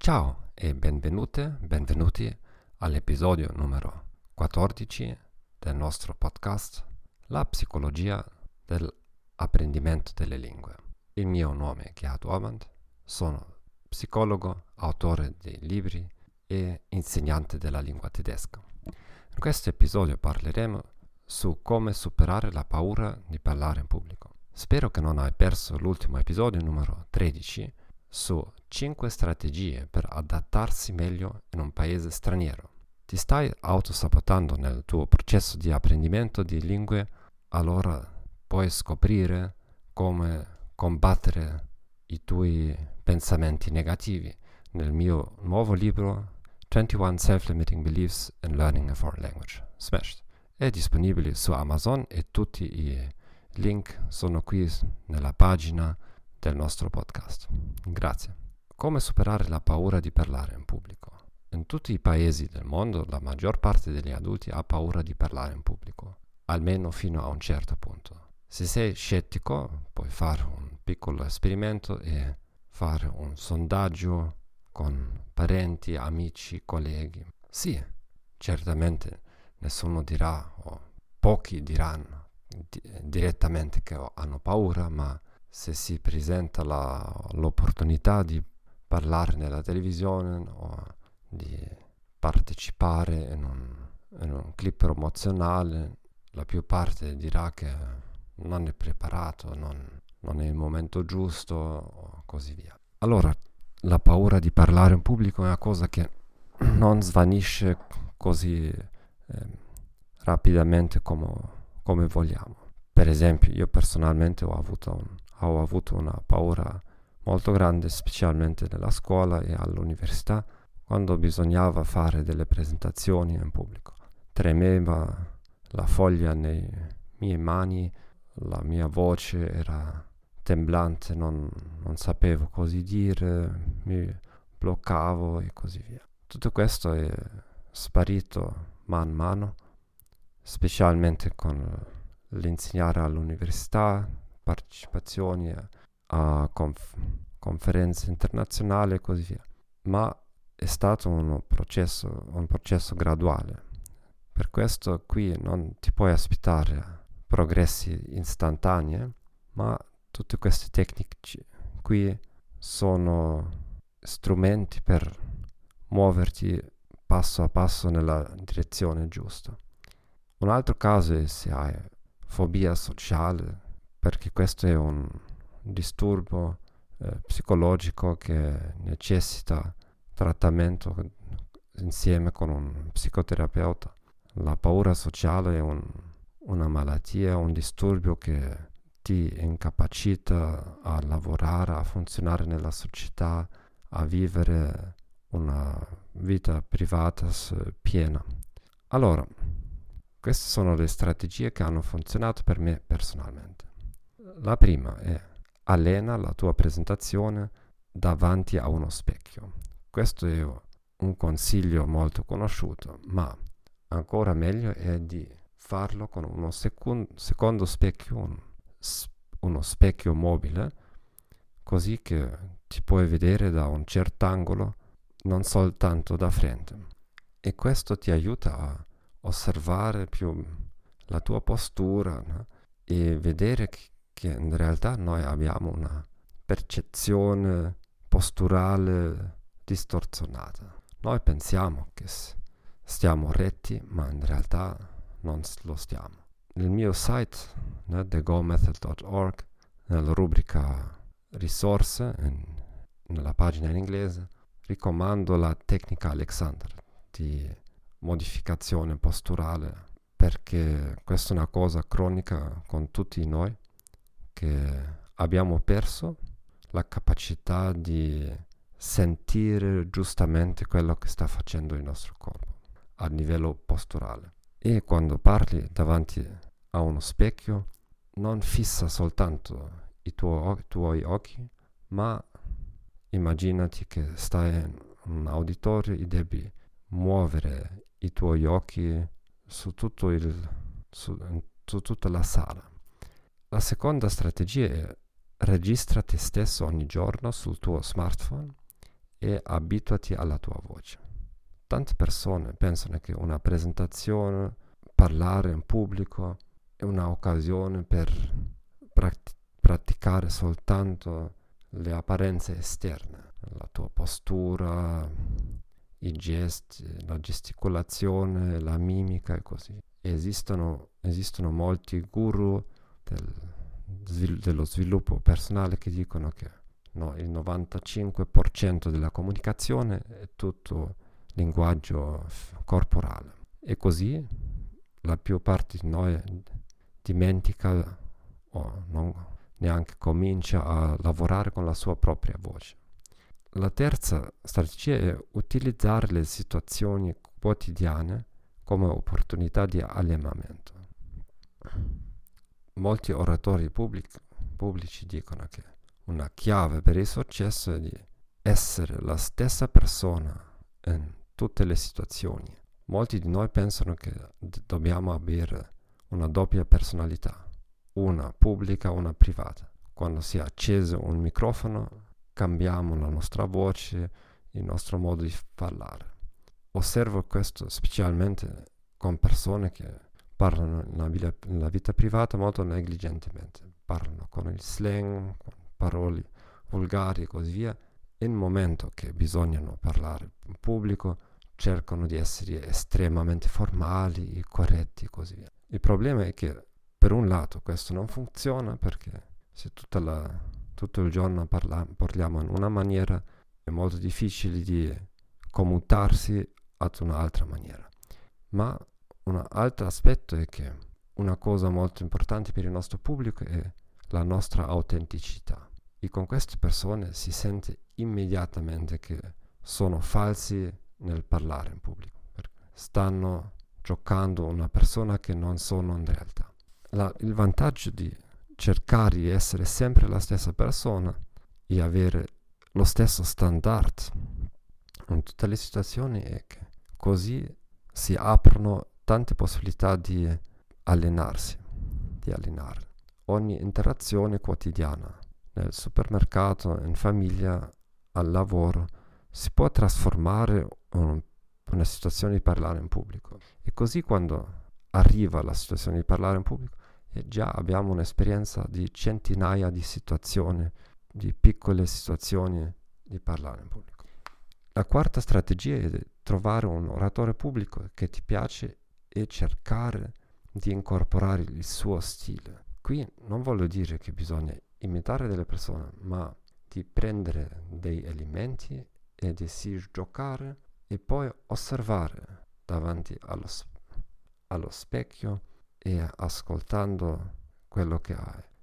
Ciao e benvenuti all'episodio numero 14 del nostro podcast La psicologia dell'apprendimento delle lingue. Il mio nome è Gerhard Ormand, sono psicologo, autore di libri e insegnante della lingua tedesca. In questo episodio parleremo su come superare la paura di parlare in pubblico. Spero che non hai perso l'ultimo episodio numero 13 su 5 strategie per adattarsi meglio in un paese straniero. Ti stai autosabotando nel tuo processo di apprendimento di lingue? Allora puoi scoprire come combattere i tuoi pensamenti negativi nel mio nuovo libro 21 Self-Limiting Beliefs in Learning a Foreign Language, Smashed. È disponibile su Amazon e tutti i link sono qui nella pagina del nostro podcast. Grazie. Come superare la paura di parlare in pubblico? In tutti i paesi del mondo la maggior parte degli adulti ha paura di parlare in pubblico, almeno fino a un certo punto. Se sei scettico, puoi fare un piccolo esperimento e fare un sondaggio con parenti, amici, colleghi. Sì, certamente nessuno dirà, o pochi diranno direttamente che hanno paura, ma se si presenta l'opportunità di parlare nella televisione o di partecipare in un clip promozionale, la più parte dirà che non è preparato, non è il momento giusto o così via. Allora, la paura di parlare in pubblico è una cosa che non svanisce così rapidamente come vogliamo. Per esempio, io personalmente ho avuto una paura molto grande, specialmente nella scuola e all'università, quando bisognava fare delle presentazioni in pubblico. Tremeva la foglia nelle mie mani, la mia voce era temblante, non sapevo cosa dire, mi bloccavo e così via. Tutto questo è sparito man mano, specialmente con l'insegnare all'università, partecipazioni a conferenze internazionali e così via. Ma è stato un processo graduale. Per questo qui non ti puoi aspettare progressi istantanei, ma tutte queste tecniche qui sono strumenti per muoverti passo a passo nella direzione giusta. Un altro caso è se hai fobia sociale, perché questo è un disturbo psicologico che necessita trattamento insieme con un psicoterapeuta. La paura sociale è una malattia, un disturbo che ti incapacita a lavorare, a funzionare nella società, a vivere una vita privata piena. Allora, queste sono le strategie che hanno funzionato per me personalmente. La prima è allena la tua presentazione davanti a uno specchio. Questo è un consiglio molto conosciuto, ma ancora meglio è di farlo con uno secondo specchio, uno specchio mobile, così che ti puoi vedere da un certo angolo, non soltanto da frente. E questo ti aiuta a osservare più la tua postura, no? E vedere che in realtà noi abbiamo una percezione posturale distorzionata. Noi pensiamo che stiamo retti, ma in realtà non lo stiamo. Nel mio site, thegomethod.org, nella rubrica risorse, nella pagina in inglese, raccomando la tecnica Alexander di modificazione posturale, perché questa è una cosa cronica con tutti noi, che abbiamo perso la capacità di sentire giustamente quello che sta facendo il nostro corpo a livello posturale. E quando parli davanti a uno specchio, non fissa soltanto i tuoi occhi, ma immaginati che stai in un auditorio e devi muovere i tuoi occhi su tutta la sala. La seconda strategia è registra te stesso ogni giorno sul tuo smartphone e abituati alla tua voce. Tante persone pensano che una presentazione, parlare in pubblico, è un'occasione per praticare soltanto le apparenze esterne, la tua postura, i gesti, la gesticolazione, la mimica e così via. Esistono molti guru dello sviluppo personale che dicono che no, il 95% della comunicazione è tutto linguaggio corporale. E così la più parte di noi dimentica o non neanche comincia a lavorare con la sua propria voce. La terza strategia è utilizzare le situazioni quotidiane come opportunità di allenamento. Molti oratori pubblici dicono che una chiave per il successo è di essere la stessa persona in tutte le situazioni. Molti di noi pensano che dobbiamo avere una doppia personalità, una pubblica e una privata. Quando si è acceso un microfono, cambiamo la nostra voce, il nostro modo di parlare. Osservo questo specialmente con persone che parlano nella vita privata molto negligentemente. Parlano con il slang, con parole volgari e così via. Nel momento che bisognano parlare in pubblico, cercano di essere estremamente formali, corretti e così via. Il problema è che per un lato questo non funziona perché se tutto il giorno parliamo in una maniera è molto difficile di commutarsi ad un'altra maniera. Ma un altro aspetto è che una cosa molto importante per il nostro pubblico è la nostra autenticità. E con queste persone si sente immediatamente che sono falsi nel parlare in pubblico, perché stanno giocando una persona che non sono in realtà. Il vantaggio di cercare di essere sempre la stessa persona e avere lo stesso standard in tutte le situazioni è che così si aprono tante possibilità di allenarsi, di allenare. Ogni interazione quotidiana nel supermercato, in famiglia, al lavoro si può trasformare in una situazione di parlare in pubblico. E così quando arriva la situazione di parlare in pubblico già abbiamo un'esperienza di centinaia di situazioni, di piccole situazioni di parlare in pubblico. La quarta strategia è di trovare un oratore pubblico che ti piace e cercare di incorporare il suo stile. Qui non voglio dire che bisogna imitare delle persone, ma di prendere dei elementi e di si giocare e poi osservare davanti allo specchio e ascoltando quello che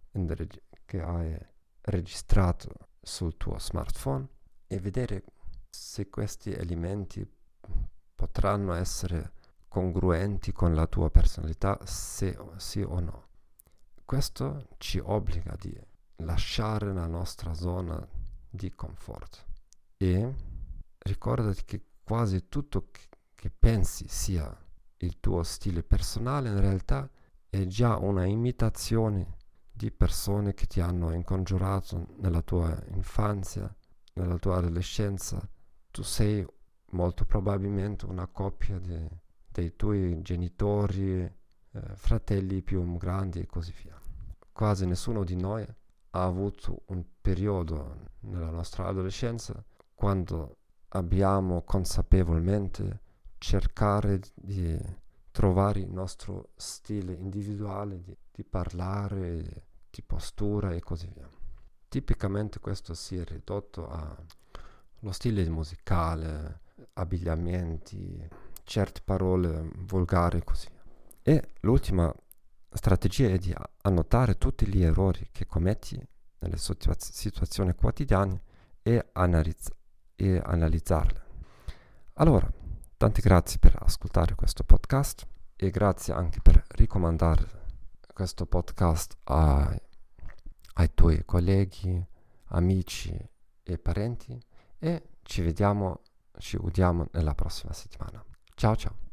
hai registrato sul tuo smartphone e vedere se questi elementi potranno essere congruenti con la tua personalità, se sì o no. Questo ci obbliga di lasciare la nostra zona di comfort e ricordati che quasi tutto che pensi sia il tuo stile personale in realtà è già una imitazione di persone che ti hanno incongiurato nella tua infanzia, nella tua adolescenza. Tu sei molto probabilmente una coppia dei tuoi genitori, fratelli più grandi e così via. Quasi nessuno di noi ha avuto un periodo nella nostra adolescenza quando abbiamo consapevolmente cercare di trovare il nostro stile individuale di parlare, di postura e così via. Tipicamente questo si è ridotto allo stile musicale, abbigliamenti, certe parole volgari e così via. E l'ultima strategia è di annotare tutti gli errori che commetti nelle situazioni quotidiane e analizzarle. Allora, tante grazie per ascoltare questo podcast e grazie anche per raccomandare questo podcast ai tuoi colleghi, amici e parenti e ci udiamo nella prossima settimana. Ciao ciao!